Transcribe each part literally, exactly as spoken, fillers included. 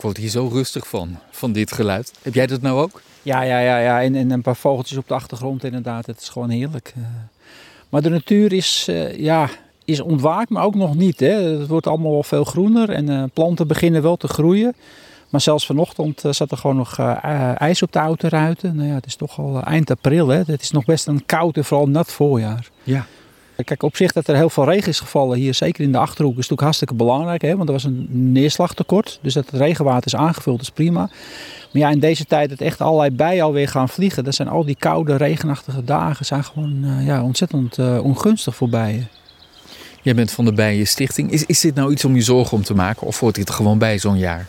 Ik word hier zo rustig van, van dit geluid. Heb jij dat nou ook? Ja, ja, ja, ja. En, en een paar vogeltjes op de achtergrond inderdaad. Het is gewoon heerlijk. Uh, maar de natuur is, uh, ja, is ontwaakt, maar ook nog niet. Hè. Het wordt allemaal wel veel groener en uh, planten beginnen wel te groeien. Maar zelfs vanochtend uh, zat er gewoon nog uh, ijs op de autoruiten. Nou ja, het is toch al uh, eind april. Hè. Het is nog best een koud en vooral nat voorjaar. Ja. Kijk, op zich dat er heel veel regen is gevallen hier, zeker in de Achterhoek, is natuurlijk hartstikke belangrijk. Hè? Want er was een neerslagtekort, dus dat het regenwater is aangevuld, is prima. Maar ja, in deze tijd dat echt allerlei bijen alweer gaan vliegen, dat zijn al die koude, regenachtige dagen, zijn gewoon uh, ja, ontzettend uh, ongunstig voor bijen. Jij bent van de Bijenstichting. Is, is dit nou iets om je zorgen om te maken of hoort dit er gewoon bij zo'n jaar?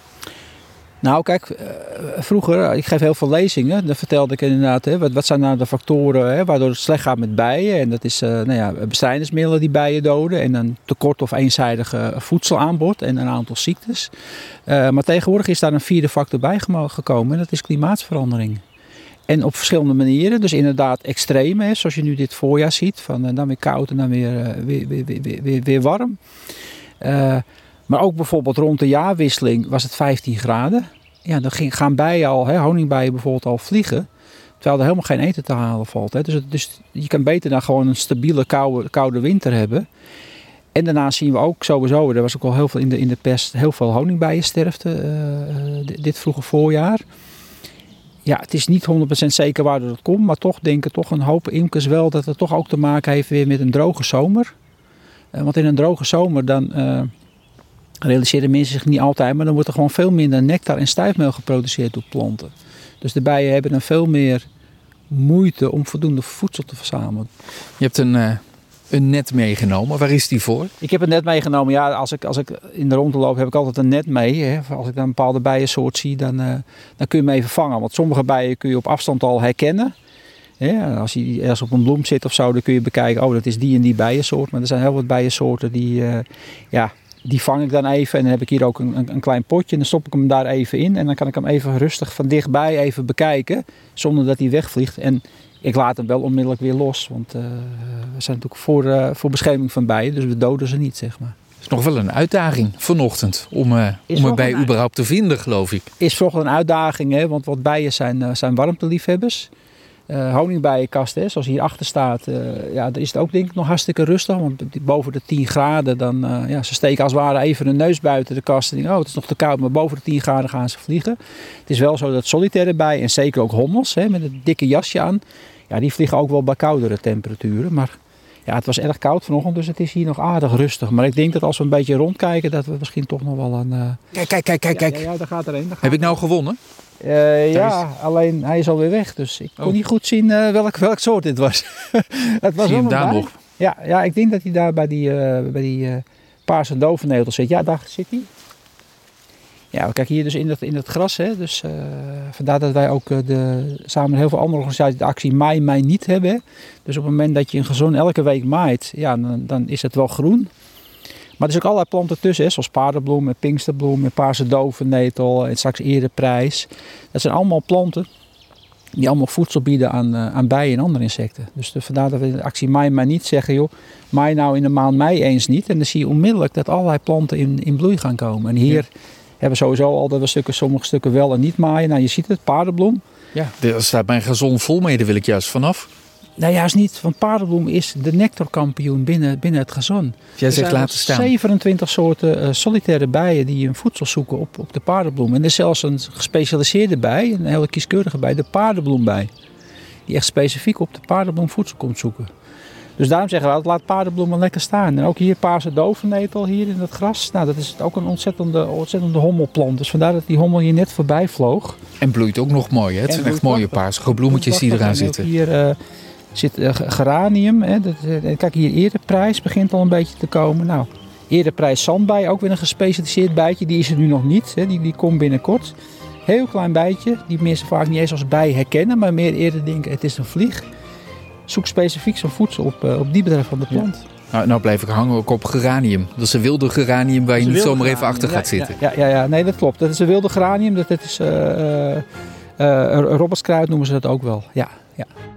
Nou kijk, uh, vroeger, ik geef heel veel lezingen, dan vertelde ik inderdaad, hè, wat, wat zijn nou de factoren hè, waardoor het slecht gaat met bijen. En dat is uh, nou ja, bestrijdingsmiddelen die bijen doden en een tekort of eenzijdige voedselaanbod en een aantal ziektes. Uh, maar tegenwoordig is daar een vierde factor bij gekomen en dat is klimaatsverandering. En op verschillende manieren, dus inderdaad extreme, hè, zoals je nu dit voorjaar ziet, van uh, dan weer koud en dan weer, uh, weer, weer, weer, weer, weer warm. Uh, Maar ook bijvoorbeeld rond de jaarwisseling was het vijftien graden. Ja, dan gaan bijen al, hè, honingbijen bijvoorbeeld al vliegen. Terwijl er helemaal geen eten te halen valt. Hè. Dus, het, dus je kan beter dan gewoon een stabiele koude, koude winter hebben. En daarna zien we ook sowieso, er was ook al heel veel in de, in de pers, heel veel honingbijensterfte uh, dit vroege voorjaar. Ja, het is niet honderd procent zeker waardoor dat komt. Maar toch denken toch een hoop imkers wel dat het toch ook te maken heeft weer met een droge zomer. Uh, want in een droge zomer dan... Uh, realiseren mensen zich niet altijd, maar dan wordt er gewoon veel minder nectar en stijfmeel geproduceerd door planten. Dus de bijen hebben dan veel meer moeite om voldoende voedsel te verzamelen. Je hebt een, uh, een net meegenomen. Waar is die voor? Ik heb een net meegenomen. Ja, als ik, als ik in de rondte loop heb ik altijd een net mee. Hè. Als ik dan een bepaalde bijensoort zie, dan, uh, dan kun je hem even vangen. Want sommige bijen kun je op afstand al herkennen. Ja, als hij ergens op een bloem zit of zo, dan kun je bekijken, oh dat is die en die bijensoort. Maar er zijn heel wat bijensoorten die... Uh, ja, Die vang ik dan even en dan heb ik hier ook een, een, een klein potje en dan stop ik hem daar even in. En dan kan ik hem even rustig van dichtbij even bekijken, zonder dat hij wegvliegt. En ik laat hem wel onmiddellijk weer los, want uh, we zijn natuurlijk voor, uh, voor bescherming van bijen, dus we doden ze niet, zeg maar. Het is nog wel een uitdaging vanochtend om, uh, om een bij überhaupt te vinden, geloof ik. Is vanochtend een uitdaging, hè? Want wat bijen zijn, uh, zijn warmteliefhebbers. Uh, honingbijenkast, hè, zoals hierachter staat, uh, ja, daar is het ook denk ik nog hartstikke rustig. Want boven de tien graden, dan, uh, ja, ze steken als het ware even hun neus buiten de kast. En denken, oh, het is nog te koud, maar boven de tien graden gaan ze vliegen. Het is wel zo dat solitaire bijen, en zeker ook hommels, hè, met een dikke jasje aan, ja, die vliegen ook wel bij koudere temperaturen. Maar ja, het was erg koud vanochtend, dus het is hier nog aardig rustig. Maar ik denk dat als we een beetje rondkijken, dat we misschien toch nog wel een... Uh... Kijk, kijk, kijk, kijk. Ja, kijk. ja, ja, daar gaat er een. Daar gaat Heb ik nou gewonnen? Uh, ja, is... alleen hij is alweer weg, dus ik kon oh. niet goed zien uh, welk, welk soort dit was. Het was zie je hem daar nog? Ja, ja, ik denk dat hij daar bij die, uh, bij die uh, paarse dovennetel zit. Ja, daar zit hij. Ja, we kijken hier dus in het, in het gras. Hè. Dus, uh, vandaar dat wij ook uh, de, samen met heel veel andere organisaties de actie Maai Mij Niet hebben. Hè. Dus op het moment dat je een gezond elke week maait, ja, dan, dan is het wel groen. Maar er is ook allerlei planten tussen, hè, zoals paardenbloem en pinksterbloem en paarse dovennetel en straks ereprijs. Dat zijn allemaal planten die allemaal voedsel bieden aan, uh, aan bijen en andere insecten. Dus de, vandaar dat we in de actie Maai Mij Niet zeggen, joh, maai nou in de maand mei eens niet. En dan zie je onmiddellijk dat allerlei planten in, in bloei gaan komen. En hier ja. hebben we sowieso altijd wel stukken, sommige stukken wel en niet maaien. Nou, je ziet het, paardenbloem. Ja, daar staat mijn gazon vol mee, daar wil ik juist vanaf. Nou, juist niet, want paardenbloem is de nectarkampioen binnen, binnen het gazon. Jij zegt laten staan. zevenentwintig soorten uh, solitaire bijen die hun voedsel zoeken op, op de paardenbloem. En er is zelfs een gespecialiseerde bij, een hele kieskeurige bij, de paardenbloembij. Die echt specifiek op de paardenbloem voedsel komt zoeken. Dus daarom zeggen we, laat paardenbloemen lekker staan. En ook hier paarse dovennetel, hier in het gras. Nou, dat is ook een ontzettende, ontzettende hommelplant. Dus vandaar dat die hommel hier net voorbij vloog. En bloeit ook nog mooi, hè? Het en zijn echt mooie paarse bloemetjes die eraan zitten. Hier uh, zit uh, geranium. Hè? Dat, uh, kijk, hier ereprijs begint al een beetje te komen. Nou, ereprijs zandbij, ook weer een gespecialiseerd bijtje. Die is er nu nog niet, hè? Die, die komt binnenkort. Heel klein bijtje, die mensen vaak niet eens als bij herkennen. Maar meer eerder denken, het is een vlieg. Zoek specifiek zo'n voedsel op, uh, op die bedrijf van de plant. Ja. Nou, nou blijf ik hangen ook op geranium. Dat is een wilde geranium waar je niet zomaar even achter gaat ja, zitten. Ja, ja, ja, nee, dat klopt. Dat is een wilde geranium. Dat, dat is uh, uh, uh, robberskruid noemen ze dat ook wel. Ja, ja.